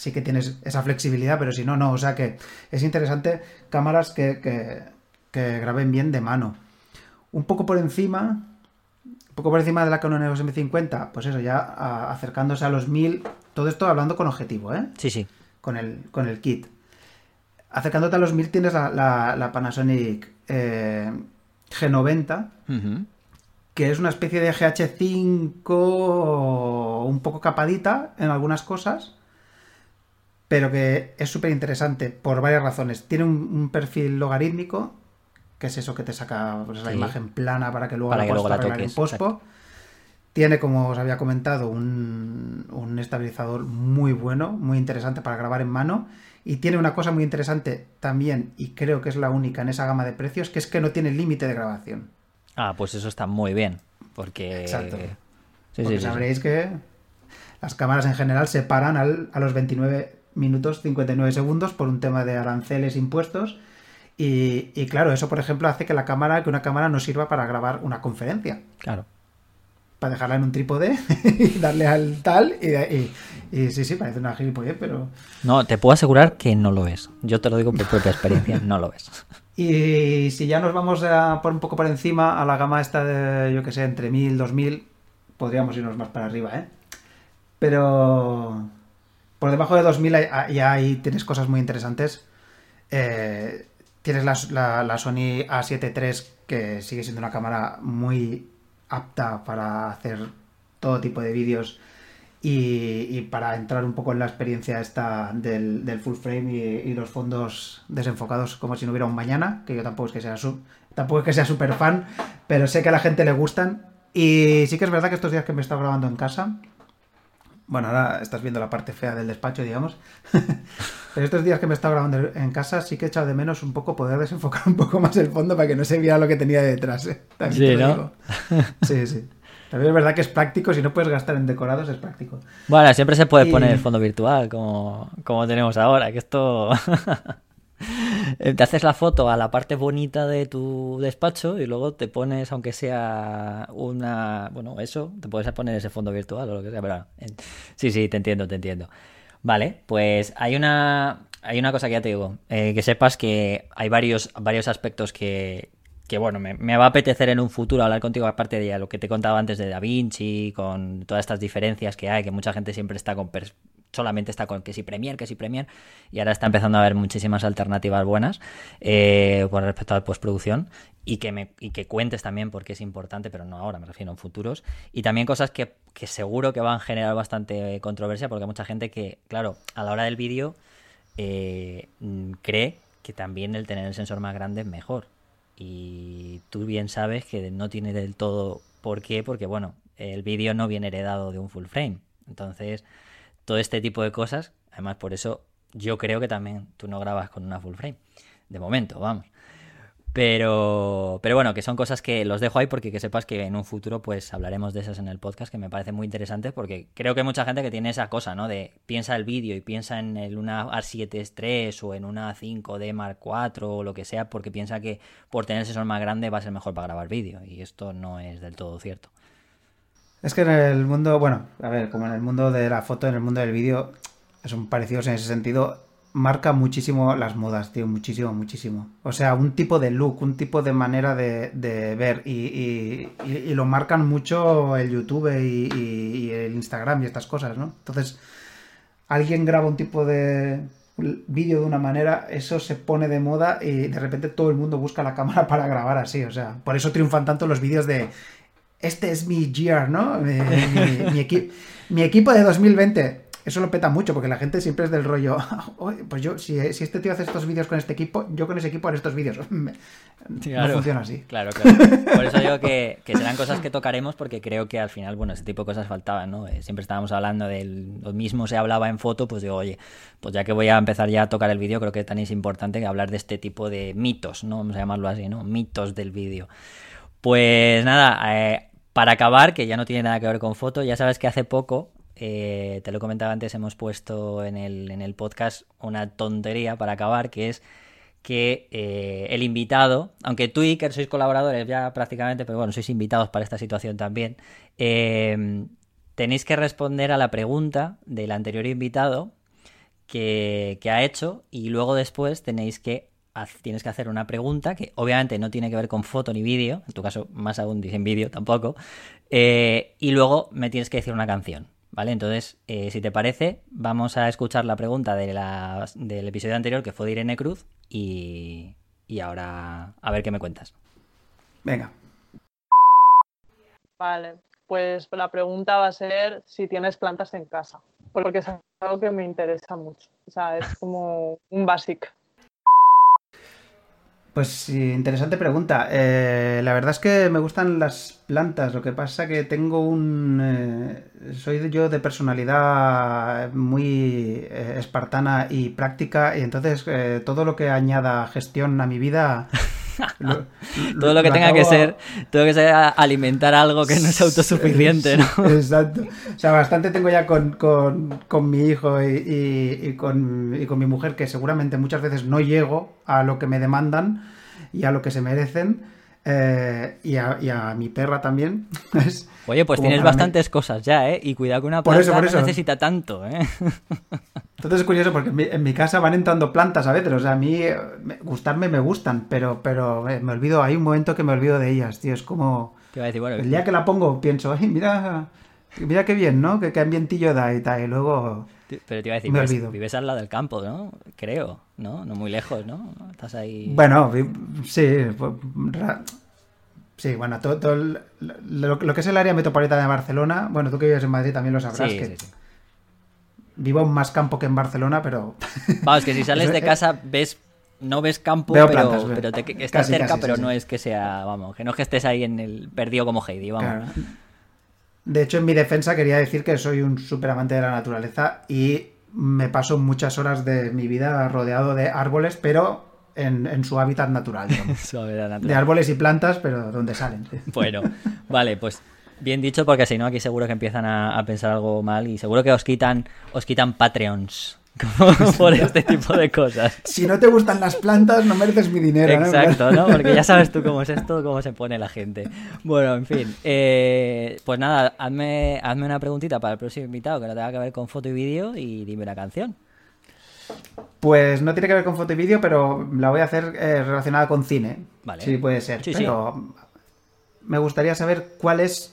sí que tienes esa flexibilidad, pero si no, no. O sea que es interesante cámaras que graben bien de mano. Un poco por encima de la Canon EOS M50, pues eso, ya acercándose a los 1000, todo esto hablando con objetivo, ¿eh? Sí. Con el kit. Acercándote a los 1000 tienes la Panasonic G90, que es una especie de GH5 un poco capadita en algunas cosas, pero que es súper interesante por varias razones. Tiene un perfil logarítmico, que es eso que te saca pues, la imagen plana para que luego la puedas arreglar en pospo. Exacto. Tiene, como os había comentado, un estabilizador muy bueno, muy interesante para grabar en mano. Y tiene una cosa muy interesante también, y creo que es la única en esa gama de precios, que es que no tiene límite de grabación. Ah, pues eso está muy bien, porque... Exacto. Porque sabréis que las cámaras en general se paran a los 29 minutos 59 segundos por un tema de aranceles impuestos. Y claro, eso por ejemplo hace que una cámara no sirva para grabar una conferencia. Claro. Para dejarla en un trípode y darle al tal y sí, parece una gilipollez, pero... No, te puedo asegurar que no lo es. Yo te lo digo por propia experiencia, no lo es. Y si ya nos vamos por un poco por encima a la gama esta de, yo que sé, entre 1000, 2000, podríamos irnos más para arriba, ¿eh? Pero por debajo de 2000 ya ahí tienes cosas muy interesantes. Tienes la Sony A7 III, que sigue siendo una cámara muy apta para hacer todo tipo de vídeos y para entrar un poco en la experiencia esta del full frame y los fondos desenfocados como si no hubiera un mañana, que yo tampoco es que sea súper fan, pero sé que a la gente le gustan. Y sí que es verdad que estos días que me he estado grabando en casa, bueno, ahora estás viendo la parte fea del despacho, digamos, pero estos días que me he estado grabando en casa sí que he echado de menos un poco poder desenfocar un poco más el fondo para que no se viera lo que tenía detrás, ¿eh? Sí, ¿no? Sí. También es verdad que es práctico, si no puedes gastar en decorados es práctico. Bueno, siempre se puede poner el fondo virtual como tenemos ahora, que esto... Te haces la foto a la parte bonita de tu despacho y luego te pones, aunque sea te puedes poner ese fondo virtual o lo que sea, pero sí, te entiendo. Vale, pues hay una cosa que ya te digo, que sepas que hay varios aspectos que bueno, me va a apetecer en un futuro hablar contigo, aparte de lo que te contaba antes de DaVinci, con todas estas diferencias que hay, que mucha gente siempre está solamente está con que si Premiere, y ahora está empezando a haber muchísimas alternativas buenas con respecto a la postproducción, y que cuentes también porque es importante, pero no ahora, me refiero en futuros, y también cosas que seguro que van a generar bastante controversia, porque hay mucha gente que, claro, a la hora del vídeo cree que también el tener el sensor más grande es mejor. Y tú bien sabes que no tiene del todo por qué, porque bueno, el vídeo no viene heredado de un full frame. Entonces, todo este tipo de cosas, además por eso yo creo que también tú no grabas con una full frame. De momento, vamos. Pero bueno, que son cosas que los dejo ahí porque que sepas que en un futuro pues hablaremos de esas en el podcast, que me parece muy interesante, porque creo que hay mucha gente que tiene esa cosa, ¿no? De piensa el vídeo y piensa en una A7 III o en una A5D Mark IV o lo que sea, porque piensa que por tener el sensor más grande va a ser mejor para grabar vídeo, y esto no es del todo cierto. Es que en el mundo, bueno, a ver, como en el mundo de la foto, en el mundo del vídeo, son parecidos en ese sentido. Marca muchísimo las modas, tío, muchísimo. O sea, un tipo de look, un tipo de manera de ver y lo marcan mucho el YouTube y el Instagram y estas cosas, ¿no? Entonces, alguien graba un tipo de vídeo de una manera, eso se pone de moda y de repente todo el mundo busca la cámara para grabar así, o sea, por eso triunfan tanto los vídeos de este es mi gear, ¿no? Mi equipo de 2020. Eso lo peta mucho, porque la gente siempre es del rollo, pues yo, si este tío hace estos vídeos con este equipo, yo con ese equipo haré estos vídeos. Claro, no funciona así. Claro. Por eso digo que serán cosas que tocaremos, porque creo que al final, bueno, ese tipo de cosas faltaban, ¿no? Siempre estábamos hablando lo mismo se hablaba en foto, pues digo, oye, pues ya que voy a empezar ya a tocar el vídeo, creo que también es importante hablar de este tipo de mitos, ¿no? Vamos a llamarlo así, ¿no? Mitos del vídeo. Pues nada, para acabar, que ya no tiene nada que ver con foto, ya sabes que hace poco... te lo comentaba antes, hemos puesto en el podcast una tontería para acabar, que es que el invitado, aunque tú y Iker sois colaboradores ya prácticamente, pero bueno, sois invitados para esta situación también, tenéis que responder a la pregunta del anterior invitado, que ha hecho y luego después tienes que hacer una pregunta que obviamente no tiene que ver con foto ni vídeo, en tu caso más aún sin vídeo tampoco, y luego me tienes que decir una canción, ¿vale? Entonces, si te parece, vamos a escuchar la pregunta del episodio anterior, que fue de Irene Cruz, y ahora a ver qué me cuentas. Venga. Vale, pues la pregunta va a ser si tienes plantas en casa, porque es algo que me interesa mucho, o sea, es como un básico. Pues sí, interesante pregunta. La verdad es que me gustan las plantas, lo que pasa que tengo soy yo de personalidad muy espartana y práctica, y entonces todo lo que añada gestión a mi vida... todo lo que tenga que ser alimentar algo que no es autosuficiente, ¿no? Exacto. O sea, bastante tengo ya con mi hijo y con mi mujer, que seguramente muchas veces no llego a lo que me demandan y a lo que se merecen, y a mi perra también. Oye, pues tienes bastantes cosas ya, ¿eh? Y cuidado que una planta no necesita tanto, ¿eh? Entonces es curioso porque en mi casa van entrando plantas a veces, o sea, a mí gustarme me gustan, pero me olvido, hay un momento que me olvido de ellas, tío, es como... Te iba a decir, bueno, el día que la pongo pienso, ay, mira qué bien, ¿no? Qué ambientillo da y tal, y luego... Pero te iba a decir, me olvido. Vives al lado del campo, ¿no? Creo, ¿no? No muy lejos, ¿no? Estás ahí... Bueno, sí, sí, bueno, todo lo que es el área metropolitana de Barcelona, bueno, tú que vives en Madrid también lo sabrás, sí. Vivo en más campo que en Barcelona, pero... Vamos, que si sales de casa no ves campo, veo pero plantas, estás cerca, casi, pero sí, no sí. es que sea, vamos, que no es que estés ahí en el perdido como Heidi, vamos. Claro. De hecho, en mi defensa quería decir que soy un súper amante de la naturaleza y me paso muchas horas de mi vida rodeado de árboles, pero en su hábitat natural, digamos. Su hábitat natural. De árboles y plantas, pero donde salen. Sí. Bueno, vale, pues bien dicho, porque si no aquí seguro que empiezan a pensar algo mal y seguro que os quitan Patreons por este tipo de cosas. Si no te gustan las plantas, no mereces mi dinero. Exacto, ¿no? Porque ya sabes tú cómo es esto, cómo se pone la gente. Bueno, en fin. Pues nada, hazme una preguntita para el próximo invitado que no tenga que ver con foto y vídeo y dime una canción. Pues no tiene que ver con foto y vídeo, pero la voy a hacer relacionada con cine. Vale. Sí, puede ser. Sí, pero me gustaría saber cuál es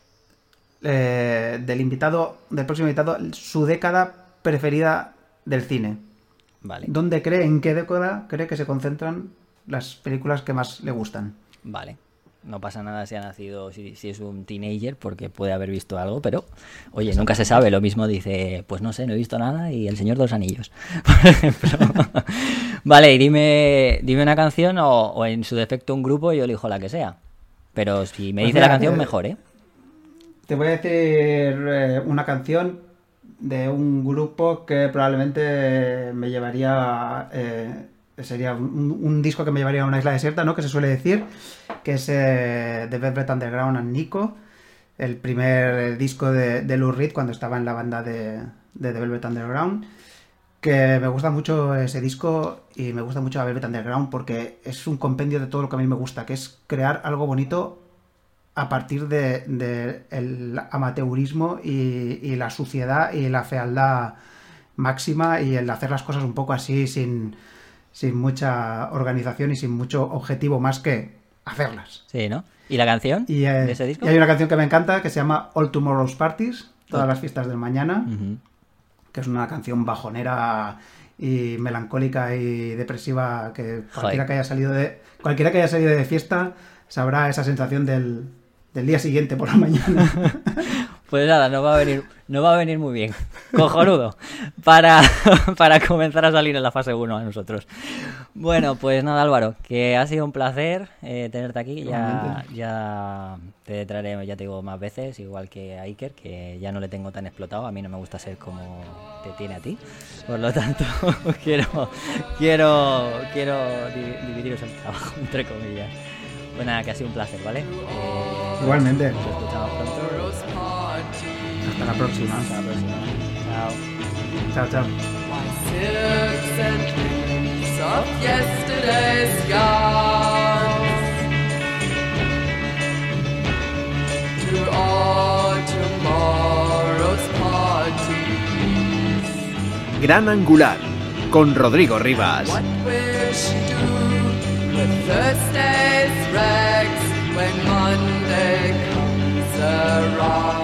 del próximo invitado, su década preferida del cine. Vale. En qué década cree que se concentran las películas que más le gustan? Vale. No pasa nada si ha nacido, si es un teenager, porque puede haber visto algo, pero oye, nunca se sabe. Lo mismo dice, pues no sé, no he visto nada y El Señor de los Anillos, por ejemplo. Vale, y dime una canción o en su defecto un grupo, yo elijo la que sea. Pero si me dice la canción, mejor, ¿eh? Te voy a decir una canción de un grupo que probablemente me llevaría... sería un disco que me llevaría a una isla desierta, ¿no? Que se suele decir, que es The Velvet Underground and Nico, el primer disco de Lou Reed cuando estaba en la banda de The Velvet Underground, que me gusta mucho ese disco y me gusta mucho The Velvet Underground porque es un compendio de todo lo que a mí me gusta, que es crear algo bonito a partir de el amateurismo y la suciedad y la fealdad máxima y el hacer las cosas un poco así sin mucha organización y sin mucho objetivo más que hacerlas. Sí, ¿no? ¿Y la canción de ese disco? Y hay una canción que me encanta que se llama All Tomorrow's Parties, Todas las fiestas del mañana, que es una canción bajonera y melancólica y depresiva que cualquiera que haya salido de fiesta sabrá esa sensación del día siguiente por la mañana. Pues nada, no va a venir muy bien. Cojonudo. Para comenzar a salir en la fase 1 a nosotros. Bueno, pues nada, Álvaro, que ha sido un placer tenerte aquí. Ya te traeré, ya te digo, más veces, igual que a Iker, que ya no le tengo tan explotado. A mí no me gusta ser como te tiene a ti. Por lo tanto, quiero dividiros el trabajo, entre comillas. Pues nada, que ha sido un placer, ¿vale? Igualmente. Nos escuchamos pronto. Hasta la próxima. Chao. Chao. Tomorrow's parties. Gran Angular, con Rodrigo Rivas. What will she do with Thursday's rags when Monday comes around?